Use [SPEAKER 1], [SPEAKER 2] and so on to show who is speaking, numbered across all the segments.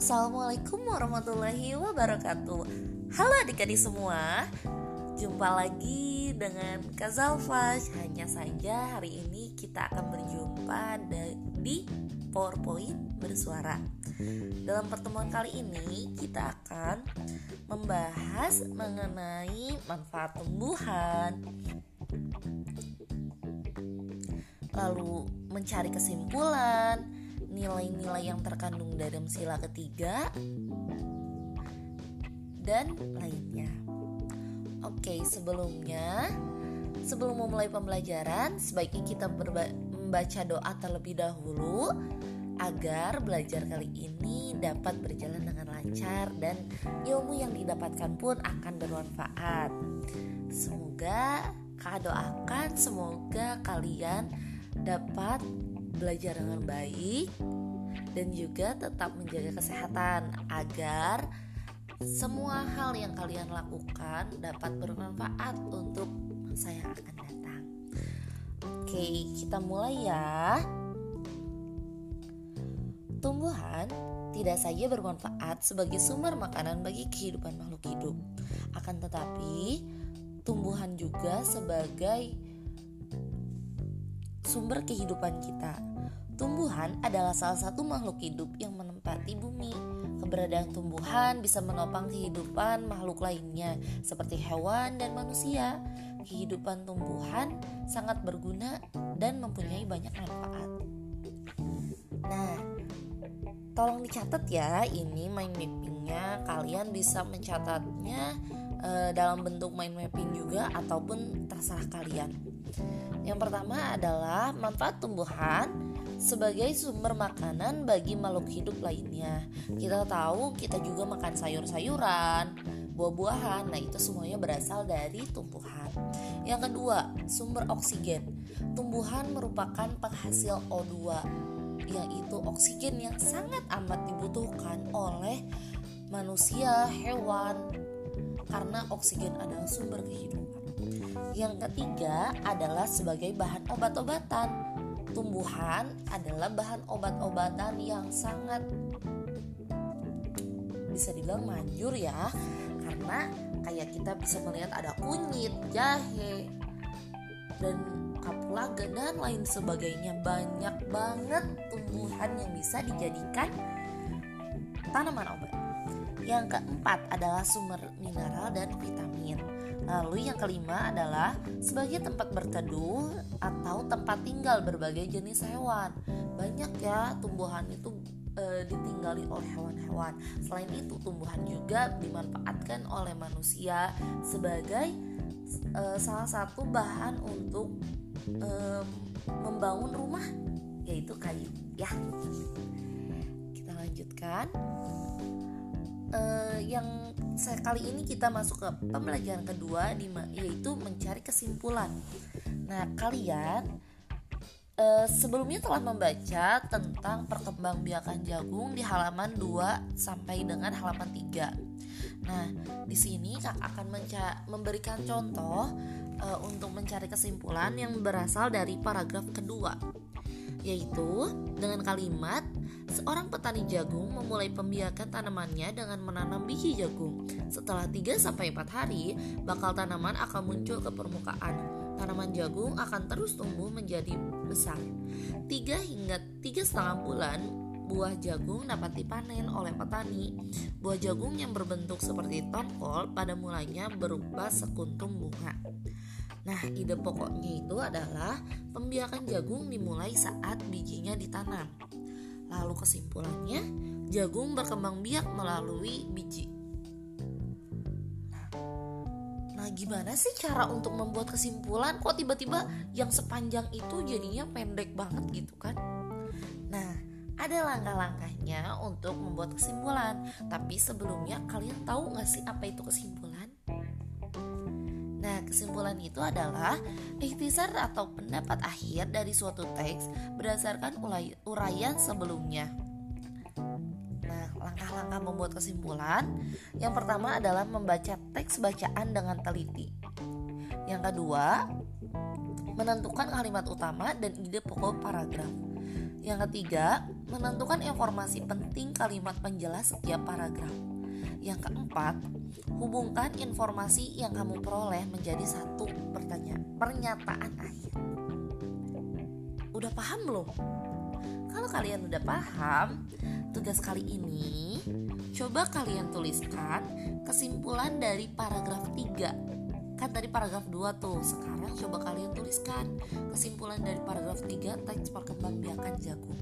[SPEAKER 1] Assalamualaikum warahmatullahi wabarakatuh. Halo adik-adik semua, jumpa lagi dengan Kak Zalfas. Hanya saja hari ini kita akan berjumpa di PowerPoint bersuara. Dalam pertemuan kali ini kita akan membahas mengenai manfaat tumbuhan, lalu mencari kesimpulan, nilai-nilai yang terkandung dalam sila ketiga, dan lainnya. Oke, sebelum memulai pembelajaran, sebaiknya kita membaca doa terlebih dahulu agar belajar kali ini dapat berjalan dengan lancar dan ilmu yang didapatkan pun akan bermanfaat. Semoga kalian dapat belajar dengan baik dan juga tetap menjaga kesehatan agar semua hal yang kalian lakukan dapat bermanfaat untuk masa yang akan datang. Oke, kita mulai ya. Tumbuhan tidak saja bermanfaat sebagai sumber makanan bagi kehidupan makhluk hidup, akan tetapi tumbuhan juga sebagai sumber kehidupan kita. Tumbuhan adalah salah satu makhluk hidup yang menempati bumi. Keberadaan tumbuhan bisa menopang kehidupan makhluk lainnya seperti hewan dan manusia. Kehidupan tumbuhan sangat berguna dan mempunyai banyak manfaat. Nah, tolong dicatat ya, ini mind mappingnya. Kalian bisa mencatatnya dalam bentuk mind mapping juga ataupun terserah kalian. Yang pertama adalah manfaat tumbuhan sebagai sumber makanan bagi makhluk hidup lainnya. Kita tahu kita juga makan sayur-sayuran, buah-buahan. Nah, itu semuanya berasal dari tumbuhan. Yang kedua, sumber oksigen. Tumbuhan merupakan penghasil O2, yaitu oksigen yang sangat amat dibutuhkan oleh manusia, hewan, karena oksigen adalah sumber kehidupan. Yang ketiga adalah sebagai bahan obat-obatan. Tumbuhan adalah bahan obat-obatan yang sangat bisa dibilang manjur ya, karena kayak kita bisa melihat ada kunyit, jahe, dan kapulaga dan lain sebagainya. Banyak banget tumbuhan yang bisa dijadikan tanaman obat. Yang keempat adalah sumber mineral dan vitamin. Lalu yang kelima adalah sebagai tempat berteduh atau tempat tinggal berbagai jenis hewan. Banyak ya tumbuhan itu ditinggali oleh hewan-hewan. Selain itu, tumbuhan juga dimanfaatkan oleh manusia sebagai salah satu bahan untuk membangun rumah, yaitu kayu ya. Kita lanjutkan. Yang kali ini kita masuk ke pembelajaran kedua, yaitu mencari kesimpulan. Nah, kalian sebelumnya telah membaca tentang perkembangbiakan jagung di halaman 2 sampai dengan halaman 3. Nah, di sini Kak akan memberikan contoh untuk mencari kesimpulan yang berasal dari paragraf kedua, yaitu dengan kalimat seorang petani jagung memulai pembiakan tanamannya dengan menanam biji jagung. Setelah 3-4 hari, bakal tanaman akan muncul ke permukaan. Tanaman jagung akan terus tumbuh menjadi besar. 3 hingga 3,5 bulan, buah jagung dapat dipanen oleh petani. Buah jagung yang berbentuk seperti tongkol pada mulanya berupa sekuntum bunga. Nah, ide pokoknya itu adalah pembiakan jagung dimulai saat bijinya ditanam. Lalu kesimpulannya, jagung berkembang biak melalui biji. Nah, gimana sih cara untuk membuat kesimpulan? Kok tiba-tiba yang sepanjang itu jadinya pendek banget gitu kan? Nah, ada langkah-langkahnya untuk membuat kesimpulan. Tapi sebelumnya, kalian tahu gak sih apa itu kesimpulan? Nah, kesimpulan itu adalah ikhtisar atau pendapat akhir dari suatu teks berdasarkan uraian sebelumnya. Nah, langkah-langkah membuat kesimpulan, yang pertama adalah membaca teks bacaan dengan teliti. Yang kedua, menentukan kalimat utama dan ide pokok paragraf. Yang ketiga, menentukan informasi penting kalimat penjelas setiap paragraf. Yang keempat, hubungkan informasi yang kamu peroleh menjadi satu pernyataan akhir. Udah paham belum? Kalau kalian udah paham, tugas kali ini coba kalian tuliskan kesimpulan dari paragraf 3. Kan tadi paragraf 2 tuh, sekarang coba kalian tuliskan kesimpulan dari paragraf 3 teks perkembangbiakan jagung.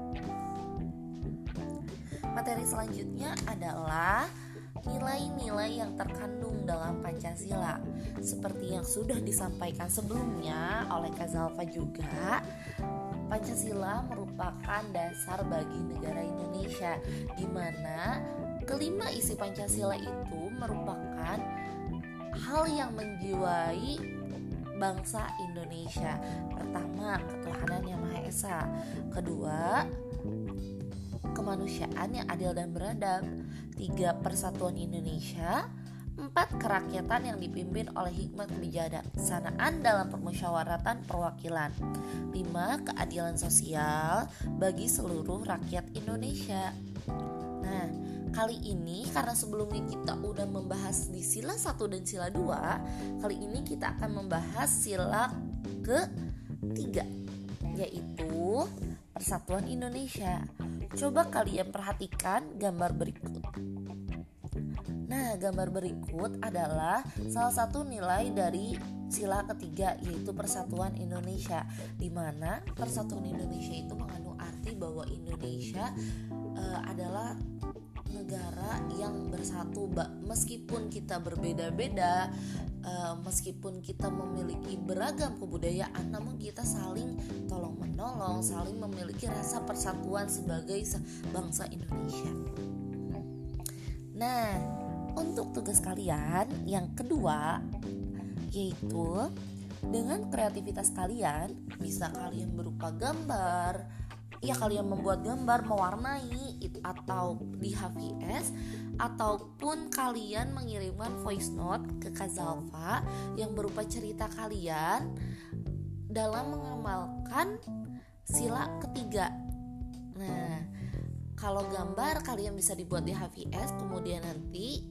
[SPEAKER 1] Materi selanjutnya adalah nilai-nilai yang terkandung dalam Pancasila. Seperti yang sudah disampaikan sebelumnya oleh Kak Zalfa juga, Pancasila merupakan dasar bagi negara Indonesia, di mana kelima isi Pancasila itu merupakan hal yang menjiwai bangsa Indonesia. Pertama, ketuhanan yang Maha Esa. Kedua, kemanusiaan yang adil dan beradab. 3, persatuan Indonesia. 4, kerakyatan yang dipimpin oleh hikmat kebijaksanaan dalam permusyawaratan perwakilan. 5, keadilan sosial bagi seluruh rakyat Indonesia. Nah, kali ini karena sebelumnya kita udah membahas di sila 1 dan sila 2, kali ini kita akan membahas sila ke-3, yaitu persatuan Indonesia. Coba kalian perhatikan gambar berikut. Nah, gambar berikut adalah salah satu nilai dari sila ketiga, yaitu persatuan Indonesia, di mana persatuan Indonesia itu mengandung arti bahwa Indonesia adalah negara yang bersatu, meskipun kita berbeda-beda, meskipun kita memiliki beragam kebudayaan, namun kita saling tolong menolong, saling memiliki rasa persatuan sebagai bangsa Indonesia. Nah, untuk tugas kalian yang kedua, yaitu dengan kreativitas kalian, bisa kalian berupa gambar, ya kalian membuat gambar, mewarnai atau di HVS, ataupun kalian mengirimkan voice note ke Kak Zalfa yang berupa cerita kalian dalam mengamalkan sila ketiga. Nah, kalau gambar kalian bisa dibuat di HVS, kemudian nanti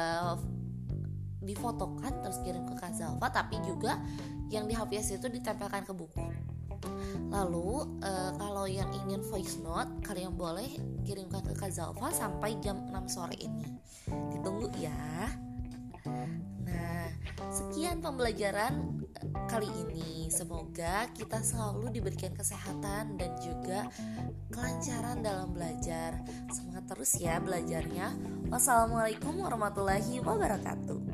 [SPEAKER 1] difotokan terus kirim ke Kak Zalfa, tapi juga yang di HVS itu ditempelkan ke buku. Lalu kalau yang ingin voice note, kalian boleh kirimkan ke Kak Zalfa sampai jam 6 sore ini. Ditunggu ya. Nah, sekian pembelajaran kali ini. Semoga kita selalu diberikan kesehatan dan juga kelancaran dalam belajar. Semangat terus ya belajarnya. Wassalamualaikum warahmatullahi wabarakatuh.